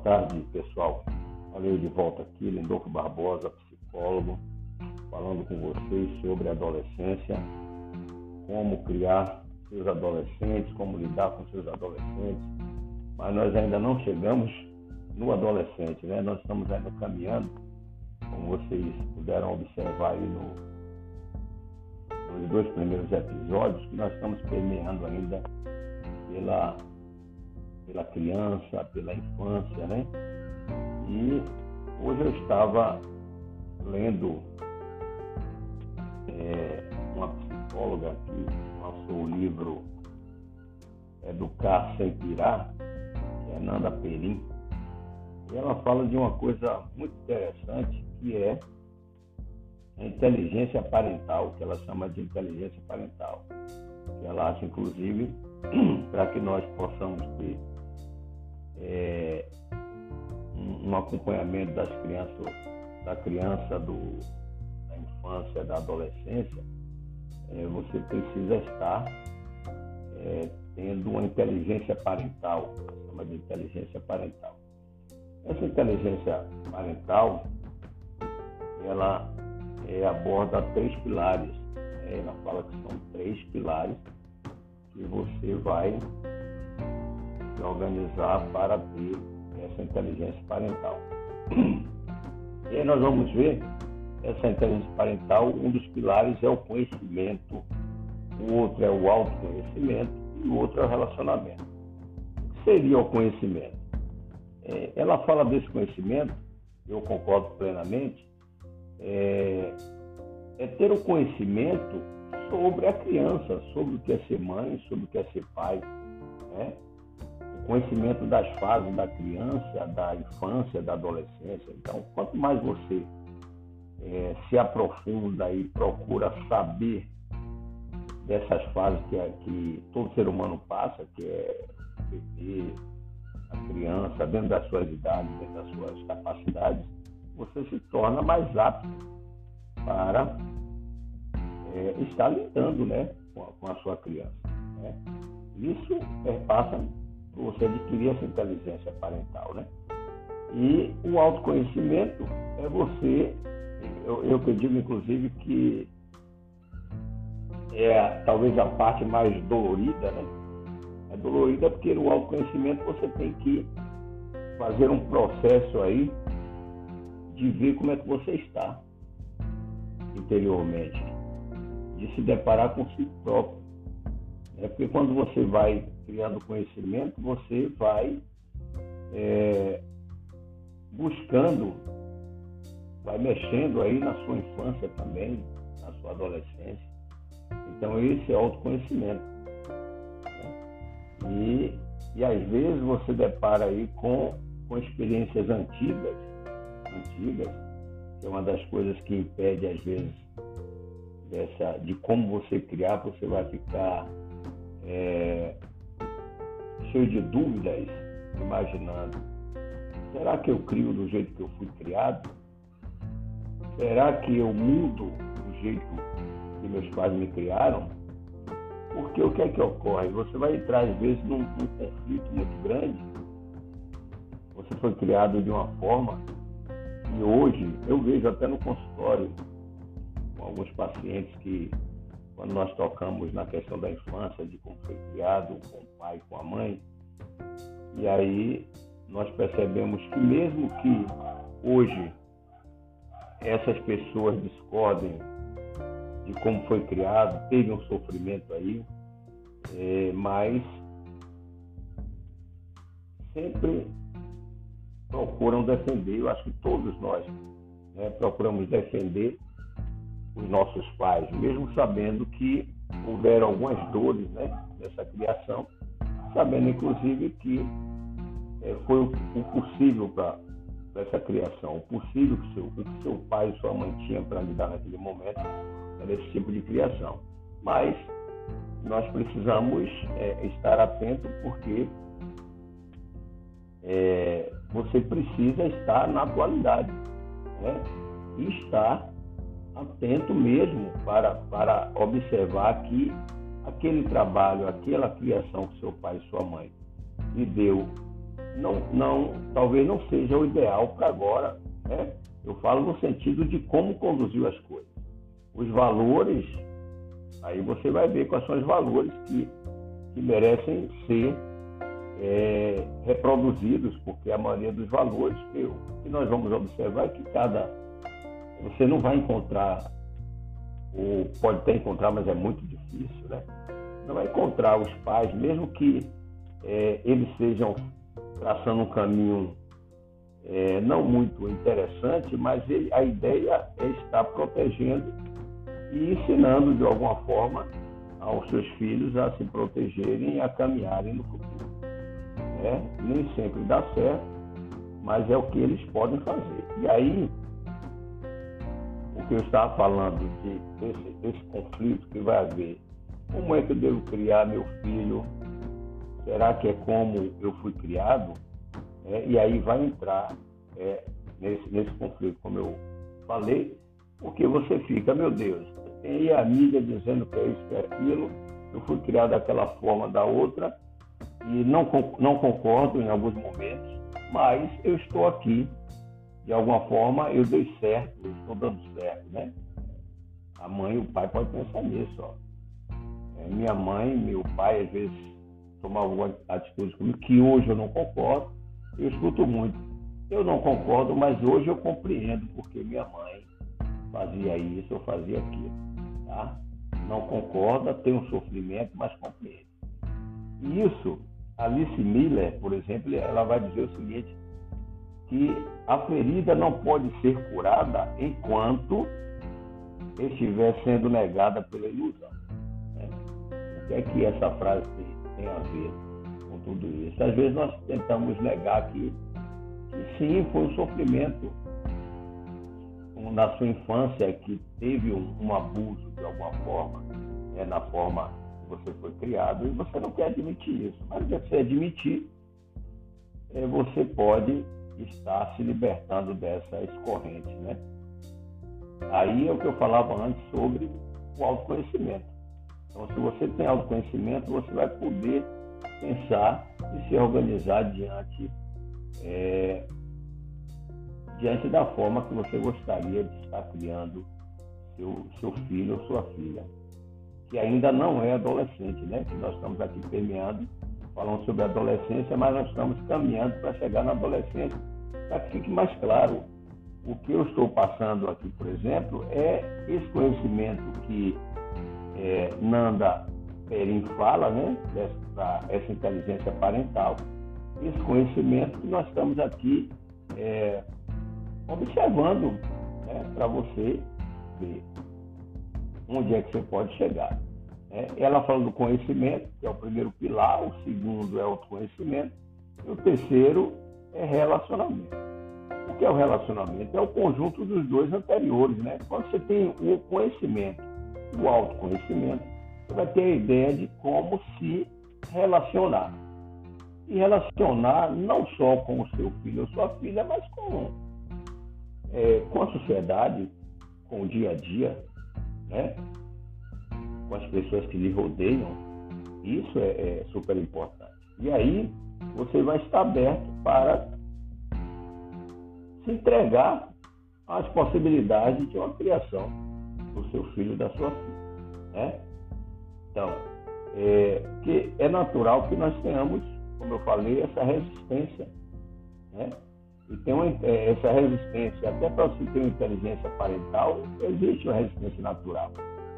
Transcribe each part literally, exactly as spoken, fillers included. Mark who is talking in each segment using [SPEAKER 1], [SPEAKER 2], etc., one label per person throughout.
[SPEAKER 1] tarde, pessoal. Olha eu de volta aqui, Lindolfo Barbosa, psicólogo, falando com vocês sobre a adolescência, como criar seus adolescentes, como lidar com seus adolescentes. Mas nós ainda não chegamos no adolescente, né? Nós estamos ainda caminhando, como vocês puderam observar aí no, nos dois primeiros episódios, que nós estamos permeando ainda pela, pela criança, pela infância, né? E hoje eu estava lendo é, uma psicóloga que lançou o livro Educar Sem Pirar, que é Nanda Perim, e ela fala de uma coisa muito interessante, que é a inteligência parental, que ela chama de inteligência parental, que ela acha, inclusive, para que nós possamos ter é, um acompanhamento das crianças, da criança, do, da infância, da adolescência, é, você precisa estar é, tendo uma inteligência parental, chama de inteligência parental. Essa inteligência parental, ela é, aborda três pilares. Né? Ela fala que são três pilares que você vai se organizar para ter essa inteligência parental. E aí nós vamos ver essa inteligência parental, um dos pilares é o conhecimento, o outro é o autoconhecimento e o outro é o relacionamento. O que seria o conhecimento? É, ela fala desse conhecimento, eu concordo plenamente, é, é ter o conhecimento sobre a criança, sobre o que é ser mãe, sobre o que é ser pai, né? O conhecimento das fases da criança, da infância, da adolescência. Então, quanto mais você é, se aprofunda e procura saber dessas fases que, é, que todo ser humano passa, que é o bebê, a criança, dentro das suas idades, dentro das suas capacidades, você se torna mais apto para é, estar lidando, né, com, a, com a sua criança. Né? Isso é, passa por você adquirir essa inteligência parental. Né? E o autoconhecimento é você, eu, eu que digo inclusive que é talvez a parte mais dolorida, né? É dolorida porque no autoconhecimento você tem que fazer um processo aí de ver como é que você está interiormente, de se deparar com si próprio. É porque quando você vai criando conhecimento, você vai é, buscando, vai mexendo aí na sua infância também, na sua adolescência. Então esse é autoconhecimento. E, e às vezes você depara aí com, com experiências antigas, antigas, que é uma das coisas que impede às vezes dessa, de como você criar, você vai ficar é, cheio de dúvidas, imaginando, será que eu crio do jeito que eu fui criado? Será que eu mudo do jeito que meus pais me criaram? Porque o que é que ocorre? Você vai entrar, às vezes, num, num conflito muito grande. Você foi criado de uma forma e hoje, eu vejo até no consultório, com alguns pacientes que, quando nós tocamos na questão da infância, de como foi criado com o pai, com a mãe, e aí nós percebemos que mesmo que hoje essas pessoas discordem de como foi criado, teve um sofrimento aí, é, mas sempre procuram defender, eu acho que todos nós, né, procuramos defender os nossos pais, mesmo sabendo que houveram algumas dores, né, nessa criação, sabendo inclusive que é, foi o, o possível para essa criação, o possível que seu, o que seu pai e sua mãe tinham para lidar naquele momento, esse tipo de criação. Mas nós precisamos é, estar atento porque é, você precisa estar na atualidade, né? E estar atento mesmo para, para observar que aquele trabalho, aquela criação que seu pai e sua mãe lhe deu não, não, talvez não seja o ideal para agora, né? Eu falo no sentido de como conduziu as coisas. Os valores, aí você vai ver quais são os valores que, que merecem ser é, reproduzidos, porque a maioria dos valores que, que nós vamos observar é que cada... Você não vai encontrar, ou pode até encontrar, mas é muito difícil, né? Não vai encontrar os pais, mesmo que é, eles sejam traçando um caminho é, não muito interessante, mas ele, a ideia é estar protegendo e ensinando de alguma forma aos seus filhos a se protegerem e a caminharem no futuro. É, nem sempre dá certo, mas é o que eles podem fazer. E aí, o que eu estava falando de, desse, desse conflito que vai haver, como é que eu devo criar meu filho? Será que é como eu fui criado? É, e aí vai entrar é, nesse, nesse conflito, como eu falei, porque você fica, meu Deus, tem aí a amiga dizendo que é isso, que é aquilo, eu fui criado daquela forma, da outra, e não, não concordo em alguns momentos, mas eu estou aqui, de alguma forma eu dei certo, eu estou dando certo, né? A mãe e o pai podem pensar nisso, ó. É, minha mãe, meu pai, às vezes, tomavam algumas atitudes comigo, que hoje eu não concordo, eu escuto muito. Eu não concordo, mas hoje eu compreendo porque minha mãe fazia isso, eu fazia aquilo, tá? Não concorda, tem um sofrimento, mas compreende. E isso, Alice Miller, por exemplo, ela vai dizer o seguinte, que a ferida não pode ser curada enquanto estiver sendo negada pela ilusão. Né? O que é que essa frase tem a ver com tudo isso? Às vezes nós tentamos negar que, que sim, foi um sofrimento na sua infância, que teve um, um abuso de alguma forma, né, na forma que você foi criado, e você não quer admitir isso. Mas se você admitir, é, você pode estar se libertando dessas correntes, né? Aí é o que eu falava antes sobre o autoconhecimento. Então, se você tem autoconhecimento, você vai poder pensar e se organizar diante, é, diante da forma que você gostaria de estar criando seu, seu filho ou sua filha, que ainda não é adolescente, né? Que nós estamos aqui permeando, falando sobre a adolescência, mas nós estamos caminhando para chegar na adolescência, para que fique mais claro. O que eu estou passando aqui, por exemplo, é esse conhecimento que é, Nanda Perim fala, né? Essa, essa inteligência parental, esse conhecimento que nós estamos aqui é, observando, né? Para você ver onde é que você pode chegar. É, ela fala do conhecimento, que é o primeiro pilar, o segundo é autoconhecimento, e o terceiro é relacionamento. O que é o relacionamento? É o conjunto dos dois anteriores, né? Quando você tem o conhecimento e o autoconhecimento, você vai ter a ideia de como se relacionar. E relacionar não só com o seu filho ou sua filha, mas com, é, com a sociedade, com o dia a dia, né? Com as pessoas que lhe rodeiam. Isso é, é super importante. E aí você vai estar aberto para se entregar às possibilidades de uma criação do seu filho e da sua filha, né? Então, é, que é natural que nós tenhamos, como eu falei, essa resistência, né? E tem uma, essa resistência, até para você ter uma inteligência parental, existe uma resistência natural,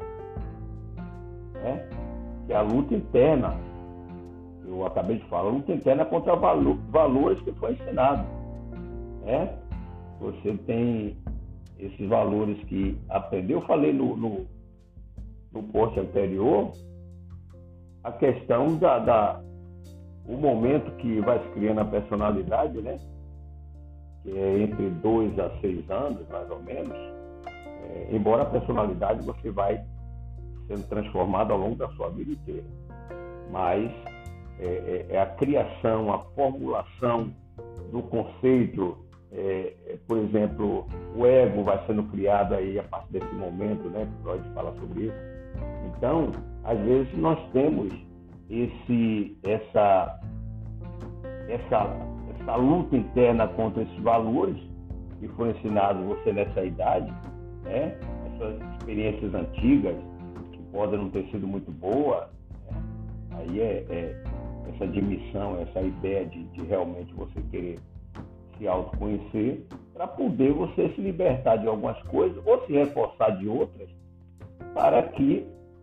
[SPEAKER 1] né? Que é a luta interna. Eu acabei de falar, a luta interna contra valo, valores que foi ensinado, né? Você tem esses valores que aprendeu. Eu falei no, no, no post anterior a questão da, da o momento que vai se criando a personalidade, né? Que é entre dois a seis anos, mais ou menos. É, embora a personalidade você vai sendo transformada ao longo da sua vida inteira. Mas é, é a criação, a formulação do conceito. É, por exemplo, o ego vai sendo criado aí a partir desse momento, né? Freud fala sobre isso. Então, às vezes nós temos esse, essa, essa, essa luta interna contra esses valores que foram ensinados você nessa idade, né? Essas experiências antigas que podem não ter sido muito boas, né? Aí é, é essa admissão, essa ideia de, de realmente você querer se autoconhecer para poder você se libertar de algumas coisas ou se reforçar de outras para que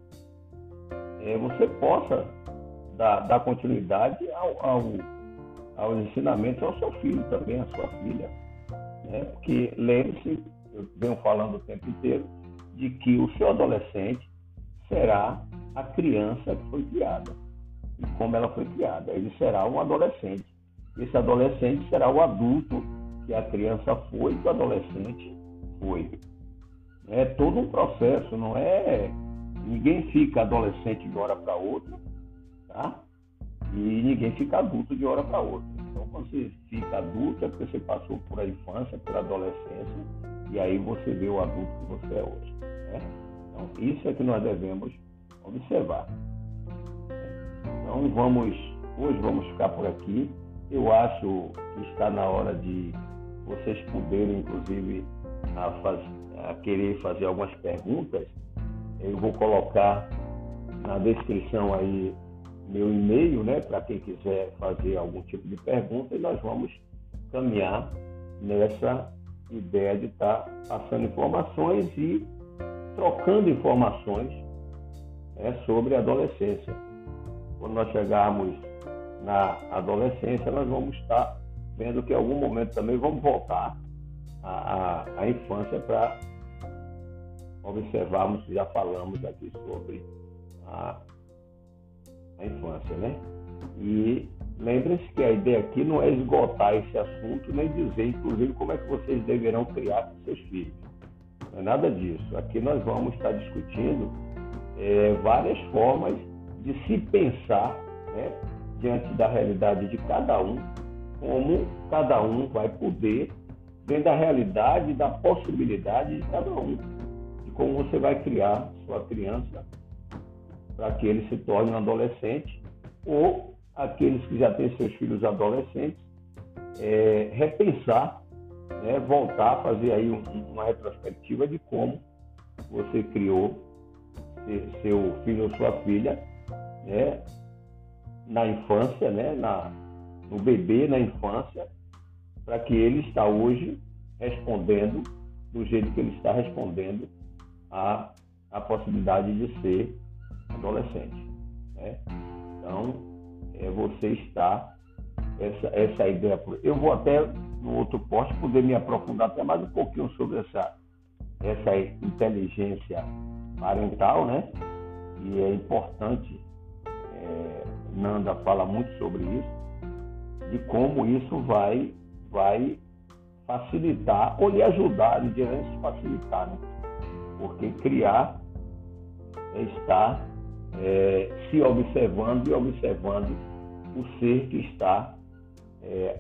[SPEAKER 1] é, você possa dar, dar continuidade ao, ao, aos ensinamentos ao seu filho também, à sua filha, né? Porque lembre-se, eu venho falando o tempo inteiro, de que o seu adolescente será a criança que foi criada. E como ela foi criada, ele será um adolescente. Esse adolescente será o adulto que a criança foi, que o adolescente foi. É todo um processo, não é... Ninguém fica adolescente de hora para outra, tá? E ninguém fica adulto de hora para outra. Então, quando você fica adulto, é porque você passou por a infância, pela adolescência, e aí você vê o adulto que você é hoje, né? Então, isso é que nós devemos observar. Então, vamos, hoje vamos ficar por aqui. Eu acho que está na hora de vocês poderem, inclusive, a, faz, a querer fazer algumas perguntas. Eu vou colocar na descrição aí meu e-mail, né, para quem quiser fazer algum tipo de pergunta, e nós vamos caminhar nessa ideia de estar passando informações e trocando informações, né, sobre a adolescência. Quando nós chegarmos na adolescência, nós vamos estar vendo que em algum momento também vamos voltar à, à, à infância para observarmos, já falamos aqui sobre a, a infância, né? E lembrem-se que a ideia aqui não é esgotar esse assunto, nem dizer, inclusive, como é que vocês deverão criar seus filhos. Não é nada disso. Aqui nós vamos estar discutindo é, várias formas de se pensar, né, diante da realidade de cada um, como cada um vai poder, dentro da realidade, da possibilidade de cada um, de como você vai criar sua criança para que ele se torne um adolescente, ou aqueles que já têm seus filhos adolescentes, é, repensar, né, voltar a fazer aí um, uma retrospectiva de como você criou seu filho ou sua filha, né, na infância, né, na, no bebê, na infância, para que ele está hoje respondendo do jeito que ele está respondendo à, à possibilidade de ser adolescente, né? Então, é, você está, essa, essa ideia, eu vou até no outro poste poder me aprofundar até mais um pouquinho sobre essa, essa inteligência parental, né? E é importante, é, Nanda fala muito sobre isso, de como isso vai, vai facilitar ou lhe ajudar, não diria nem se facilitar, né? Porque criar é estar é, se observando e observando o ser que está, é,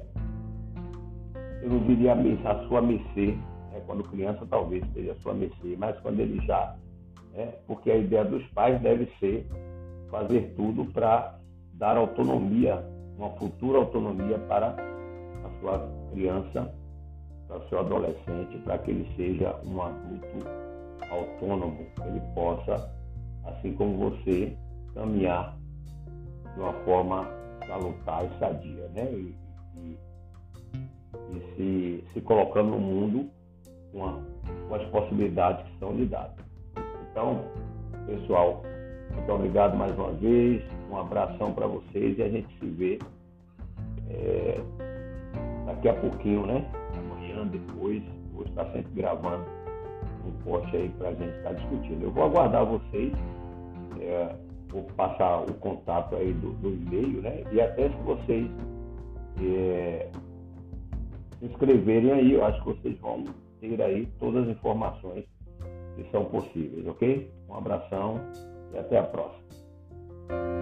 [SPEAKER 1] eu não diria a sua mercê, né? Quando criança talvez esteja a sua mercê, mas quando ele já, né? Porque a ideia dos pais deve ser fazer tudo para dar autonomia, uma futura autonomia para a sua criança, para o seu adolescente, para que ele seja um adulto autônomo, que ele possa, assim como você, caminhar de uma forma salutar e sadia, né? E, e, e se, se colocando no mundo com, a, com as possibilidades que são lhe dadas. Então, pessoal, muito obrigado mais uma vez, um abração para vocês e a gente se vê é, daqui a pouquinho, né? Amanhã, depois, vou estar sempre gravando um post aí para a gente estar discutindo. Eu vou aguardar vocês, é, vou passar o contato aí do, do e-mail, né? E até se vocês é, se inscreverem aí, eu acho que vocês vão ter aí todas as informações que são possíveis, ok? Um abração e até a próxima.